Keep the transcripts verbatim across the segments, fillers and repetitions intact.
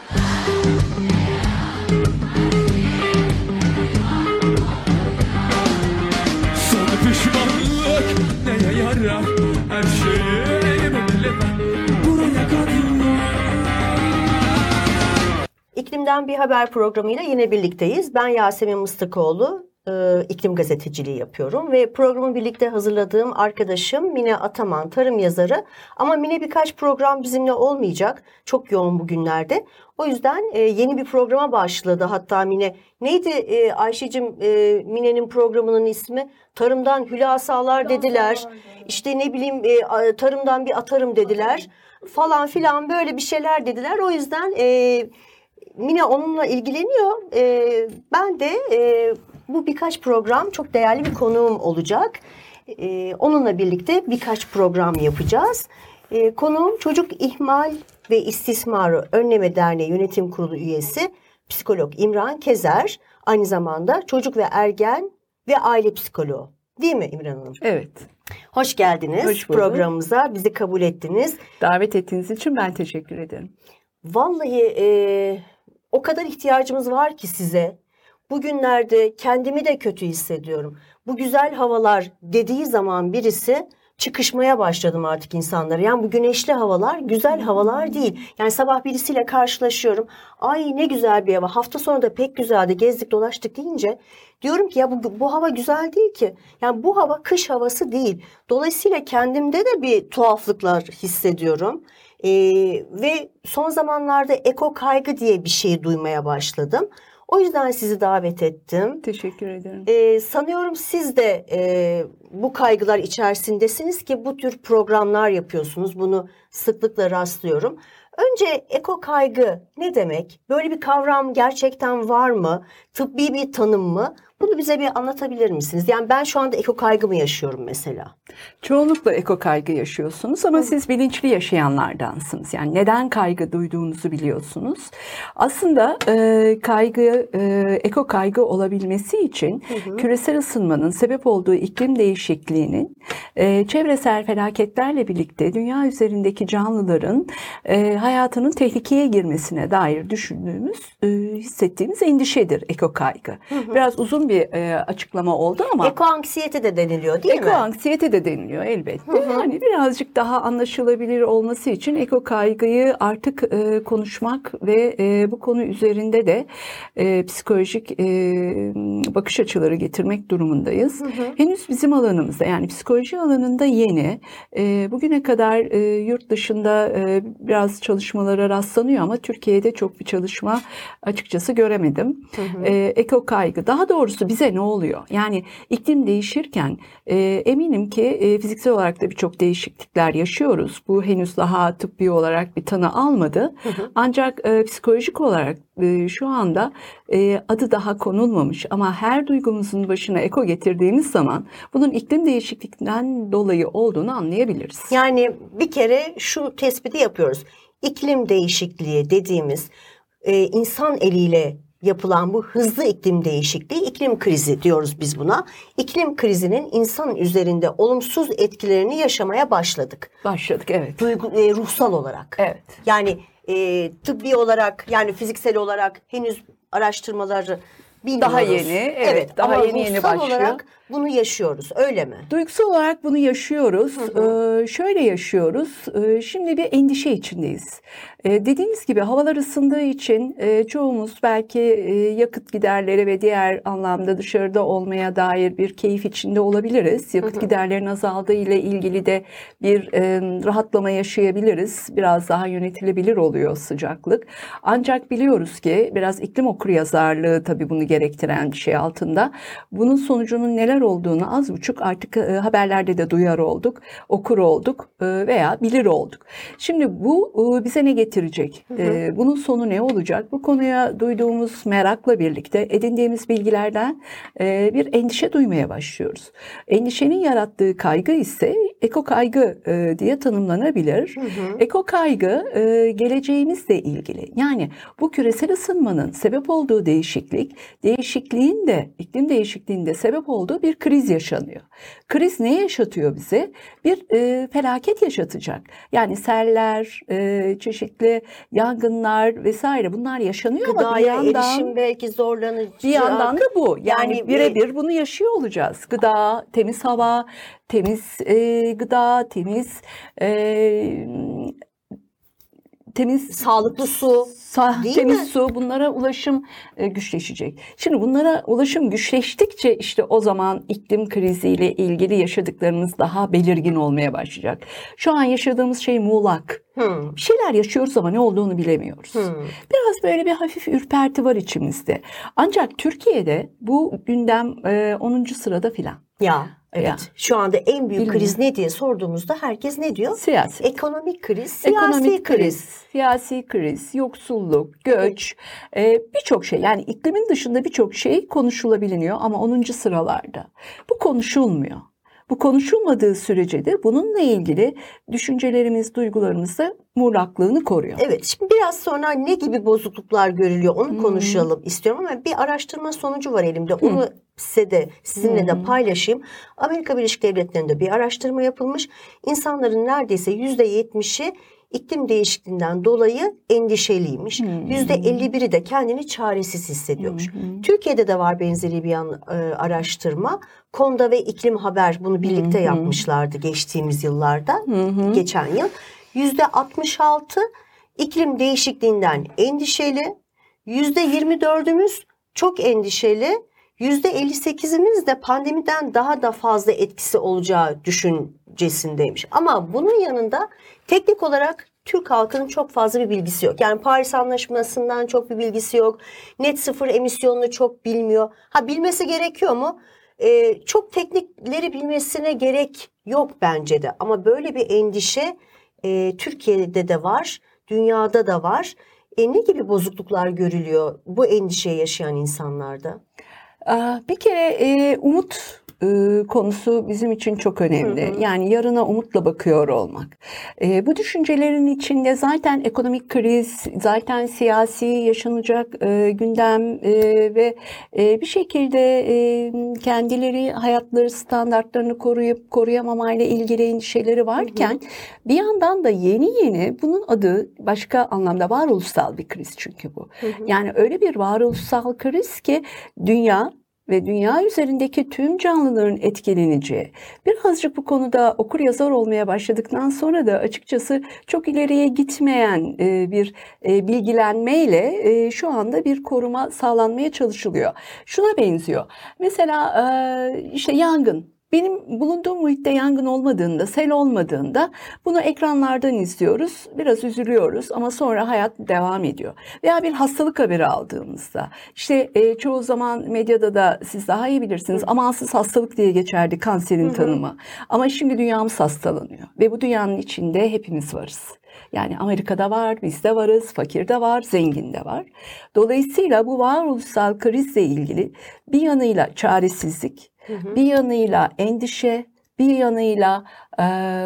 Son pişmanlık neye yarar? Her şeyi bilmem buraya kadar. İklimden Bir Haber programıyla yine birlikteyiz. Ben Yasemin Mıstıkoğlu, e, iklim gazeteciliği yapıyorum ve programı birlikte hazırladığım arkadaşım Mine Ataman, tarım yazarı. Ama Mine birkaç program bizimle olmayacak, çok yoğun bugünlerde. O yüzden e, yeni bir programa başladı. Hatta Mine, neydi e, Ayşe'cim e, Mine'nin programının ismi? Tarımdan hülasalar dediler. İşte ne bileyim e, tarımdan bir atarım dediler. Falan filan böyle bir şeyler dediler. O yüzden e, Mine onunla ilgileniyor. Ee, ben de e, bu birkaç program çok değerli bir konuğum olacak. Ee, onunla birlikte birkaç program yapacağız. Ee, konuğum Çocuk İhmal ve İstismarı Önleme Derneği Yönetim Kurulu üyesi psikolog İmran Kezer. Aynı zamanda çocuk ve ergen ve aile psikoloğu. Değil mi İmran Hanım? Evet. Hoş geldiniz Hoş bulduk. Programımıza. Bizi kabul ettiniz. Davet ettiğiniz için ben teşekkür ederim. Vallahi e, o kadar ihtiyacımız var ki size. Bugünlerde kendimi de kötü hissediyorum. Bu güzel havalar dediği zaman birisi çıkışmaya başladım artık insanlara. Yani bu güneşli havalar güzel havalar değil. Yani sabah birisiyle karşılaşıyorum. Ay ne güzel bir hava. Hafta sonu da pek güzeldi. Gezdik dolaştık deyince diyorum ki ya bu, bu hava güzel değil ki. Yani bu hava kış havası değil. Dolayısıyla kendimde de bir tuhaflıklar hissediyorum. Ee, ve son zamanlarda eko kaygı diye bir şey duymaya başladım. O yüzden sizi davet ettim. Teşekkür ederim. Ee, sanıyorum siz de e, bu kaygılar içerisindesiniz ki bu tür programlar yapıyorsunuz. Bunu sıklıkla rastlıyorum. Önce eko kaygı ne demek? Böyle bir kavram gerçekten var mı? Tıbbi bir tanım mı? Bunu bize bir anlatabilir misiniz? Yani ben şu anda eko kaygı mı yaşıyorum mesela? Çoğunlukla eko kaygı yaşıyorsunuz ama Hı. siz bilinçli yaşayanlardansınız. Yani neden kaygı duyduğunuzu biliyorsunuz. Aslında e, kaygı, e, eko kaygı olabilmesi için hı hı. küresel ısınmanın sebep olduğu iklim değişikliğinin e, çevresel felaketlerle birlikte dünya üzerindeki canlıların e, hayatının tehlikeye girmesine dair düşündüğümüz, e, hissettiğimiz endişedir eko kaygı. Hı hı. Biraz uzun bir e, açıklama oldu ama eko anksiyete de deniliyor değil eko mi? Eko anksiyete de deniliyor elbette. Hı hı. Hani birazcık daha anlaşılabilir olması için eko kaygıyı artık e, konuşmak ve e, bu konu üzerinde de e, psikolojik e, bakış açıları getirmek durumundayız. Hı hı. Henüz bizim alanımızda, yani psikoloji alanında yeni. E, bugüne kadar e, yurt dışında e, biraz çalışmalara rastlanıyor ama Türkiye'de çok bir çalışma açıkçası göremedim. Hı hı. E, eko kaygı, daha doğrusu bize ne oluyor? Yani iklim değişirken e, eminim ki e, fiziksel olarak da birçok değişiklikler yaşıyoruz. Bu henüz daha tıbbi olarak bir tanı almadı. Hı hı. Ancak e, psikolojik olarak e, şu anda e, adı daha konulmamış ama her duygumuzun başına eko getirdiğimiz zaman bunun iklim değişikliğinden dolayı olduğunu anlayabiliriz. Yani bir kere şu tespiti yapıyoruz. İklim değişikliği dediğimiz e, insan eliyle yapılan bu hızlı iklim değişikliği, iklim krizi diyoruz biz buna. İklim krizinin insan üzerinde olumsuz etkilerini yaşamaya başladık. Başladık, evet. Duygu, e, ruhsal olarak. Evet. Yani e, tıbbi olarak, yani fiziksel olarak henüz araştırmaları bilmiyoruz. Daha yeni, evet, evet daha ama yeni yeni başlıyor. olarak bunu yaşıyoruz, öyle mi? Duygusal olarak bunu yaşıyoruz. Hı hı. Ee, şöyle yaşıyoruz. Ee, şimdi bir endişe içindeyiz. Ee, dediğiniz gibi havalar ısındığı için e, çoğumuz belki e, yakıt giderleri ve diğer anlamda dışarıda olmaya dair bir keyif içinde olabiliriz. Yakıt hı hı. giderlerin azaldığı ile ilgili de bir e, rahatlama yaşayabiliriz. Biraz daha yönetilebilir oluyor sıcaklık. Ancak biliyoruz ki biraz iklim okuryazarlığı tabii bunu gerektiren bir şey altında. Bunun sonucunun neler olduğunu az buçuk artık e, haberlerde de duyar olduk, okur olduk e, veya bilir olduk. Şimdi bu e, bize ne getirecek? Hı hı. E, bunun sonu ne olacak? Bu konuya duyduğumuz merakla birlikte edindiğimiz bilgilerden e, bir endişe duymaya başlıyoruz. Endişenin yarattığı kaygı ise eko kaygı e, diye tanımlanabilir. Hı hı. Eko kaygı e, geleceğimizle ilgili. Yani bu küresel ısınmanın sebep olduğu değişiklik, değişikliğin de iklim değişikliğinde sebep olduğu bir bir kriz yaşanıyor. Kriz ne yaşatıyor bize? Bir e, felaket yaşatacak. Yani seller, e, çeşitli yangınlar vesaire bunlar yaşanıyor ama bir Gıdaya yandan erişim belki zorlanacak. bir yandan da bu. Yani, Yani birebir bunu yaşıyor olacağız. Gıda, temiz hava, temiz e, gıda, temiz e, temiz sağlıklı su, Sah, değil temiz mi? su, bunlara ulaşım e, güçleşecek. Şimdi bunlara ulaşım güçleştikçe işte o zaman iklim kriziyle ilgili yaşadıklarımız daha belirgin olmaya başlayacak. Şu an yaşadığımız şey muğlak. Hmm. Bir şeyler yaşıyoruz ama ne olduğunu bilemiyoruz. Hmm. Biraz böyle bir hafif ürperti var içimizde. Ancak Türkiye'de bu gündem e, onuncu sırada filan. Ya evet. Ya. Şu anda en büyük Bilmiyorum. kriz ne diye sorduğumuzda herkes ne diyor? Siyaset. Ekonomik kriz, siyasi Ekonomik kriz, kriz. siyasi kriz, yoksulluk, göç, e, birçok şey. Yani iklimin dışında birçok şey konuşulabiliyor ama onuncu sıralarda. Bu konuşulmuyor. Bu konuşulmadığı sürece de bununla ilgili düşüncelerimiz, duygularımız da muğlaklığını koruyor. Evet, şimdi biraz sonra ne gibi bozukluklar görülüyor onu Hmm. konuşalım istiyorum ama bir araştırma sonucu var elimde. Onu size de sizinle de paylaşayım. Amerika Birleşik Devletleri'nde bir araştırma yapılmış. İnsanların neredeyse yüzde yetmişi iklim değişikliğinden dolayı endişeliymiş. yüzde elli biri de kendini çaresiz hissediyormuş. Türkiye'de de var benzeri bir yan, e, araştırma. Konda ve İklim Haber bunu birlikte yapmışlardı geçtiğimiz yıllarda, geçen yıl. yüzde altmış altı iklim değişikliğinden endişeli, yüzde yirmi dördümüz çok endişeli, yüzde elli sekizimiz de pandemiden daha da fazla etkisi olacağı düşüncesindeymiş. Ama bunun yanında teknik olarak Türk halkının çok fazla bir bilgisi yok. Yani Paris Anlaşması'ndan çok bir bilgisi yok. Net sıfır emisyonunu çok bilmiyor. Ha, bilmesi gerekiyor mu? Ee, çok teknikleri bilmesine gerek yok bence de. Ama böyle bir endişe e, Türkiye'de de var, dünyada da var. E, ne gibi bozukluklar görülüyor bu endişeyi yaşayan insanlarda? Bir kere e, umut e, konusu bizim için çok önemli. Hı hı. Yani yarına umutla bakıyor olmak. E, bu düşüncelerin içinde zaten ekonomik kriz, zaten siyasi yaşanacak e, gündem e, ve e, bir şekilde e, kendileri hayatları standartlarını koruyup koruyamamayla ilgili endişeleri varken, hı hı, bir yandan da yeni yeni bunun adı başka anlamda varoluşsal bir kriz çünkü bu. Hı hı. Yani öyle bir varoluşsal kriz ki dünya ve dünya üzerindeki tüm canlıların etkileneceği. Birazcık bu konuda okur yazar olmaya başladıktan sonra da açıkçası çok ileriye gitmeyen bir bilgilenmeyle şu anda bir koruma sağlanmaya çalışılıyor. Şuna benziyor. Mesela işte yangın. Benim bulunduğum muhitte yangın olmadığında, sel olmadığında bunu ekranlardan izliyoruz, biraz üzülüyoruz ama sonra hayat devam ediyor. Veya bir hastalık haberi aldığımızda, işte e, çoğu zaman medyada da siz daha iyi bilirsiniz, amansız hastalık diye geçerdi kanserin tanımı. Ama şimdi dünyamız hastalanıyor ve bu dünyanın içinde hepimiz varız. Yani Amerika'da var, biz de varız, fakir de var, zengin de var. Dolayısıyla bu varoluşsal krizle ilgili bir yanıyla çaresizlik, hı hı, bir yanıyla endişe, bir yanıyla e,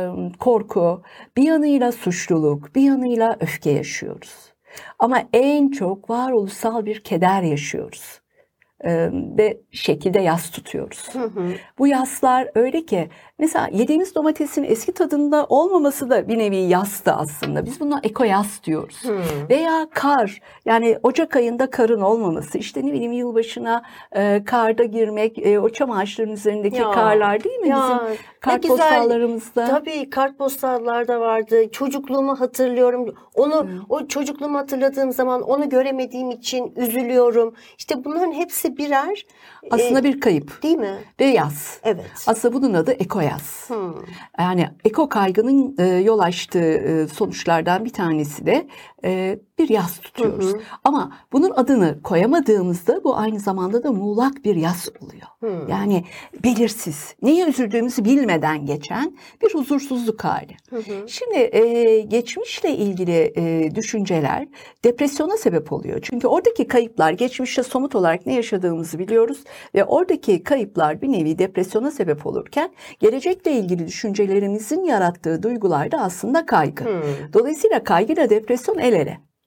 korku, bir yanıyla suçluluk, bir yanıyla öfke yaşıyoruz. Ama en çok varoluşsal bir keder yaşıyoruz. Ee, ve şekilde yas tutuyoruz. Hı hı. Bu yaslar öyle ki mesela yediğimiz domatesin eski tadında olmaması da bir nevi yastı aslında. Biz buna eko yas diyoruz. Hı. Veya kar, yani Ocak ayında karın olmaması, işte ne bileyim yılbaşına e, karda girmek, e, o çam ağaçlarının üzerindeki ya, karlar değil mi ya, bizim kartpostallarımızda? Tabii kartpostallarda vardı. Çocukluğumu hatırlıyorum. Onu Hı. o çocukluğumu hatırladığım zaman onu göremediğim için üzülüyorum. İşte bunların hepsi birer aslında e, bir kayıp. Değil mi? Ve yas. Evet. Aslında bunun adı ekoyas. Hmm. Yani eko kaygının e, yol açtığı e, sonuçlardan bir tanesi de e, bir yas tutuyoruz. Hı hı. Ama bunun adını koyamadığımızda bu aynı zamanda da muğlak bir yas oluyor. Hı. Yani belirsiz, neye üzüldüğümüzü bilmeden geçen bir huzursuzluk hali. Hı hı. Şimdi e, geçmişle ilgili e, düşünceler depresyona sebep oluyor. Çünkü oradaki kayıplar, geçmişte somut olarak ne yaşadığımızı biliyoruz ve oradaki kayıplar bir nevi depresyona sebep olurken gelecekle ilgili düşüncelerimizin yarattığı duygular da aslında kaygı. Hmm. Dolayısıyla kaygıyla depresyon el ele.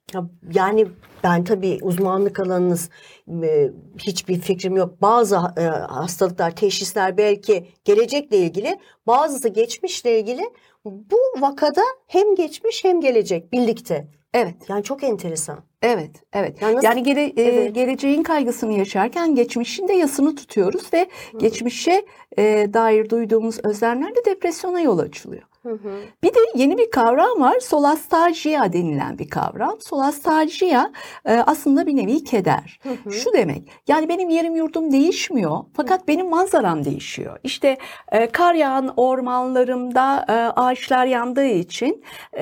Ya, yani ben tabii uzmanlık alanınız e, hiçbir fikrim yok. Bazı e, hastalıklar, teşhisler belki gelecekle ilgili, bazısı geçmişle ilgili. Bu vakada hem geçmiş hem gelecek birlikte. Evet. Yani çok enteresan. Evet, evet. Yani, yani gele, e, evet. geleceğin kaygısını yaşarken geçmişin de yasını tutuyoruz ve Hı. geçmişe e, dair duyduğumuz özlemlerle depresyona yol açılıyor. Hı hı. Bir de yeni bir kavram var. Solastalgia denilen bir kavram. Solastalgia e, aslında bir nevi keder. Hı hı. Şu demek, yani benim yerim yurdum değişmiyor fakat hı. benim manzaram değişiyor. İşte e, kar yağan ormanlarımda e, ağaçlar yandığı için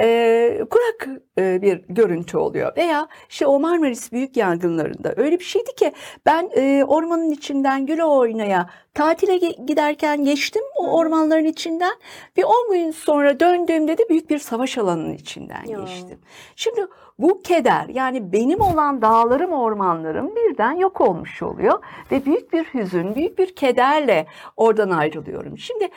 e, kurak e, bir görüntü oluyor. Veya işte o Marmaris büyük yangınlarında öyle bir şeydi ki ben e, ormanın içinden güle oynaya tatile giderken geçtim o ormanların içinden. Bir on gün sonra döndüğümde de büyük bir savaş alanının içinden ya. geçtim. Şimdi bu keder, yani benim olan dağlarım, ormanlarım birden yok olmuş oluyor. Ve büyük bir hüzün, büyük bir kederle oradan ayrılıyorum. Şimdi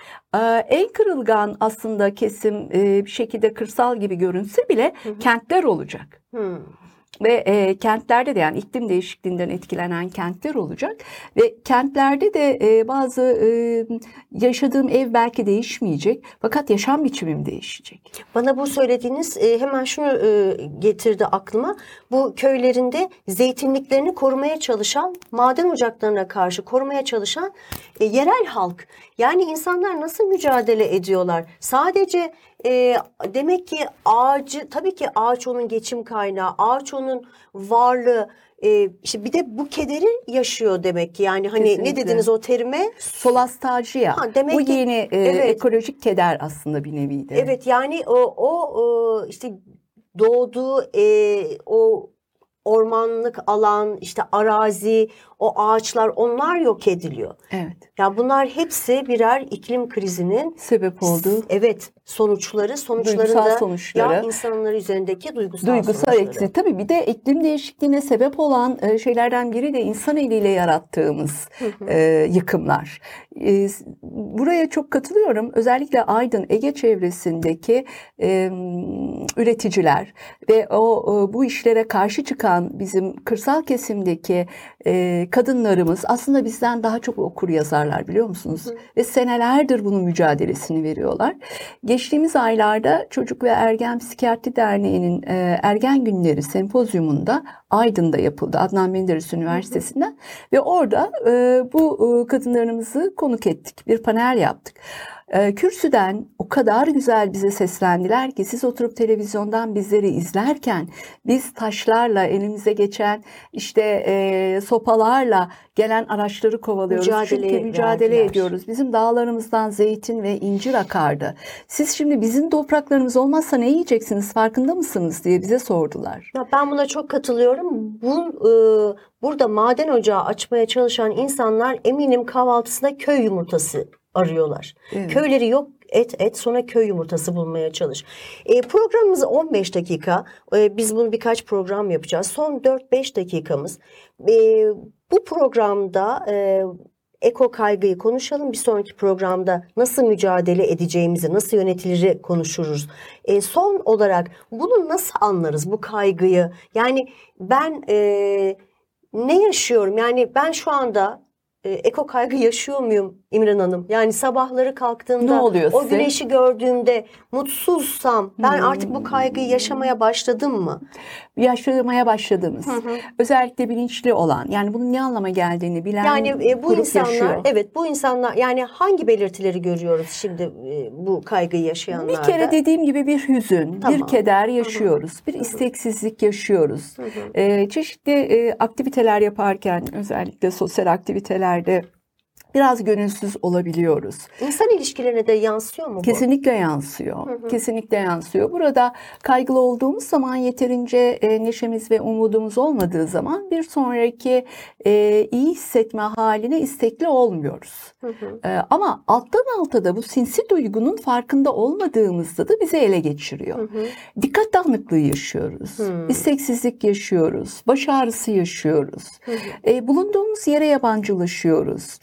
en kırılgan aslında kesim bir şekilde kırsal gibi görünse bile hı hı. kentler olacak. Hı. Ve e, kentlerde de, yani iklim değişikliğinden etkilenen kentler olacak ve kentlerde de e, bazı e, yaşadığım ev belki değişmeyecek fakat yaşam biçimim değişecek. Bana bu söylediğiniz e, hemen şunu e, getirdi aklıma. Bu köylerinde zeytinliklerini korumaya çalışan, maden ocaklarına karşı korumaya çalışan e, yerel halk. Yani insanlar nasıl mücadele ediyorlar? Sadece e, demek ki ağacı, tabii ki ağaç onun geçim kaynağı, ağaç onun varlığı. E, işte bir de bu kederi yaşıyor demek ki. Yani hani Kesinlikle. Ne dediniz o terime? Solastalgia. Ha, demek bu ki, yeni e, evet. ekolojik keder aslında bir nevi de. Evet, yani o, o, o işte doğduğu e, o ormanlık alan, işte arazi, o ağaçlar, onlar yok ediliyor. Evet. Yani bunlar hepsi birer iklim krizinin sebep olduğu. Evet, sonuçları, sonuçlarında sonuçları. Ya insanlar üzerindeki duygusal, duygusal sonuçları. Eksi. Tabii bir de iklim değişikliğine sebep olan şeylerden biri de insan eliyle yarattığımız e, yıkımlar. E, buraya çok katılıyorum. Özellikle Aydın, Ege çevresindeki e, üreticiler ve o e, bu işlere karşı çıkan bizim kırsal kesimdeki e, kadınlarımız aslında bizden daha çok okur yazarlar, biliyor musunuz? Hı. Ve senelerdir bunun mücadelesini veriyorlar. Geçtiğimiz aylarda Çocuk ve Ergen Psikiyatri Derneği'nin e, Ergen Günleri Sempozyumunda Aydın'da yapıldı, Adnan Menderes Üniversitesi'nden. Hı hı. Ve orada e, bu e, kadınlarımızı konuk ettik, bir panel yaptık. E, kürsüden o kadar güzel bize seslendiler ki siz oturup televizyondan bizleri izlerken biz taşlarla, elimize geçen işte e, sopalarla gelen araçları kovalıyoruz. Mücadele Çünkü mücadele verdiler. ediyoruz. Bizim dağlarımızdan zeytin ve incir akardı. Siz şimdi bizim topraklarımız olmazsa ne yiyeceksiniz, farkında mısınız diye bize sordular. Ya ben buna çok katılıyorum. Bu e, burada maden ocağı açmaya çalışan insanlar eminim kahvaltısında köy yumurtası arıyorlar. Evet. Köyleri yok et et sonra köy yumurtası bulmaya çalış. E, programımız on beş dakika. E, biz bunu birkaç program yapacağız. Son dört beş dakikamız. E, bu programda e, eko kaygıyı konuşalım. Bir sonraki programda nasıl mücadele edeceğimizi, nasıl yönetilir konuşuruz. E, son olarak bunu nasıl anlarız, bu kaygıyı? Yani ben e, ne yaşıyorum? Yani ben şu anda e, eko kaygı yaşıyor muyum İmran Hanım? Yani sabahları kalktığımda, o size? güneşi gördüğümde mutsuzsam ben hmm. artık bu kaygıyı yaşamaya başladım mı? Yaşamaya başladınız. Hı hı. Özellikle bilinçli olan, yani bunun ne anlama geldiğini bilen yani e, bu grup insanlar, yaşıyor. Evet, bu insanlar, yani hangi belirtileri görüyoruz şimdi e, bu kaygıyı yaşayanlarda? Bir kere dediğim gibi bir hüzün, tamam. bir keder yaşıyoruz. Hı hı. Bir hı hı. isteksizlik yaşıyoruz. Hı hı. E, çeşitli e, aktiviteler yaparken, özellikle sosyal aktivitelerde biraz gönülsüz olabiliyoruz. İnsan ilişkilerine de yansıyor mu bu? Kesinlikle yansıyor. Hı hı. Kesinlikle yansıyor. Burada kaygılı olduğumuz zaman yeterince e, neşemiz ve umudumuz olmadığı zaman bir sonraki e, iyi hissetme haline istekli olmuyoruz. Hı hı. E, ama alttan alta da bu sinsi duygunun farkında olmadığımızda da bizi ele geçiriyor. Hı hı. Dikkat dağınıklığı yaşıyoruz. Hı. İsteksizlik yaşıyoruz. Baş ağrısı yaşıyoruz. Hı hı. E, bulunduğumuz yere yabancılaşıyoruz. Çünkü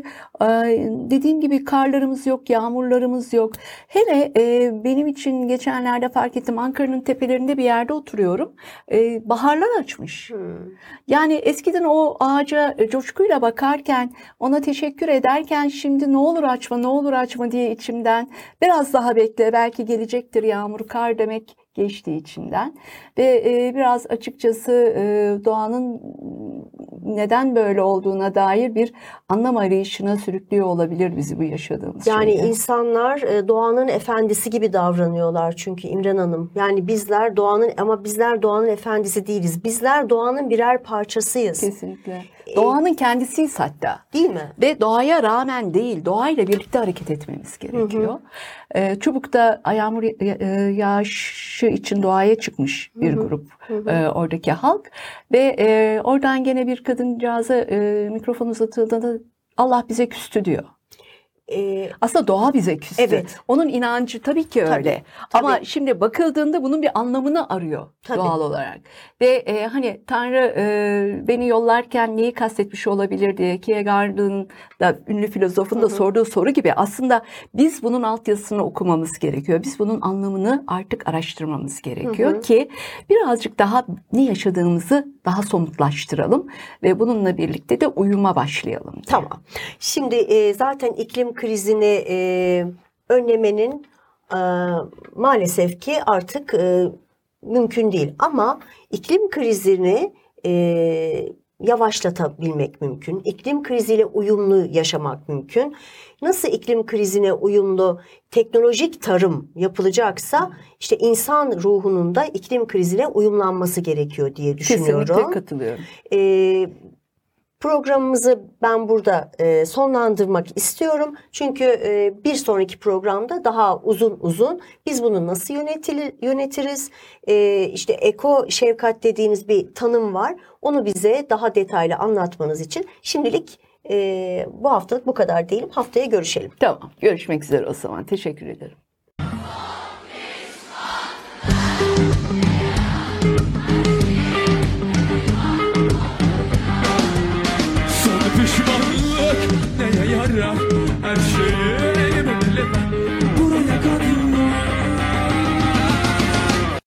e, dediğim gibi karlarımız yok, yağmurlarımız yok. Hele e, benim için geçenlerde fark ettim, Ankara'nın tepelerinde bir yerde oturuyorum. E, baharlar açmış. Hmm. Yani eskiden o ağaca coşkuyla bakarken, ona teşekkür ederken şimdi ne olur açma, ne olur açma diye içimden biraz daha bekle, belki gelecektir yağmur, kar demek geçti içimden. Ve e, biraz açıkçası e, doğanın neden böyle olduğuna dair bir anlam arayışına sürüklüyor olabilir bizi bu yaşadığımız Yani şeyde. insanlar e, doğanın efendisi gibi davranıyorlar çünkü İmren Hanım. Yani bizler doğanın, ama bizler doğanın efendisi değiliz. Bizler doğanın birer parçasıyız. Kesinlikle. Doğanın kendisiyiz hatta. Değil mi? Ve doğaya rağmen değil, doğayla birlikte hareket etmemiz gerekiyor. Hı hı. Çubuk'ta yağmur yağışı için doğaya çıkmış bir hı hı. grup, hı hı. oradaki halk. Ve oradan gene bir kadıncağıza mikrofon uzatıldığında Allah bize küstü diyor. Ee, Aslında doğa bize küstü. Evet. Onun inancı tabii ki öyle. Tabii, tabii. Ama şimdi bakıldığında bunun bir anlamını arıyor tabii. doğal olarak. Ve e, hani Tanrı e, beni yollarken neyi kastetmiş olabilir diye Kierkegaard'ın da ünlü filozofun da hı hı. sorduğu soru gibi aslında biz bunun altyazısını okumamız gerekiyor. Biz bunun anlamını artık araştırmamız gerekiyor hı hı. ki birazcık daha ne yaşadığımızı daha somutlaştıralım ve bununla birlikte de uyuma başlayalım diye. Tamam. Şimdi e, zaten iklim krizini e, önlemenin e, maalesef ki artık e, mümkün değil. Ama iklim krizini e, yavaşlatabilmek mümkün. İklim kriziyle uyumlu yaşamak mümkün. Nasıl iklim krizine uyumlu teknolojik tarım yapılacaksa işte insan ruhunun da iklim krizine uyumlanması gerekiyor diye düşünüyorum. Kesinlikle katılıyorum. Ee, Programımızı ben burada e, sonlandırmak istiyorum. Çünkü e, bir sonraki programda daha uzun uzun biz bunu nasıl yönetil, yönetiriz? E, işte eko şefkat dediğimiz bir tanım var. Onu bize daha detaylı anlatmanız için şimdilik e, bu haftalık bu kadar diyelim. Haftaya görüşelim. Tamam, görüşmek üzere o zaman. Teşekkür ederim. Pişmanlık neye yarar?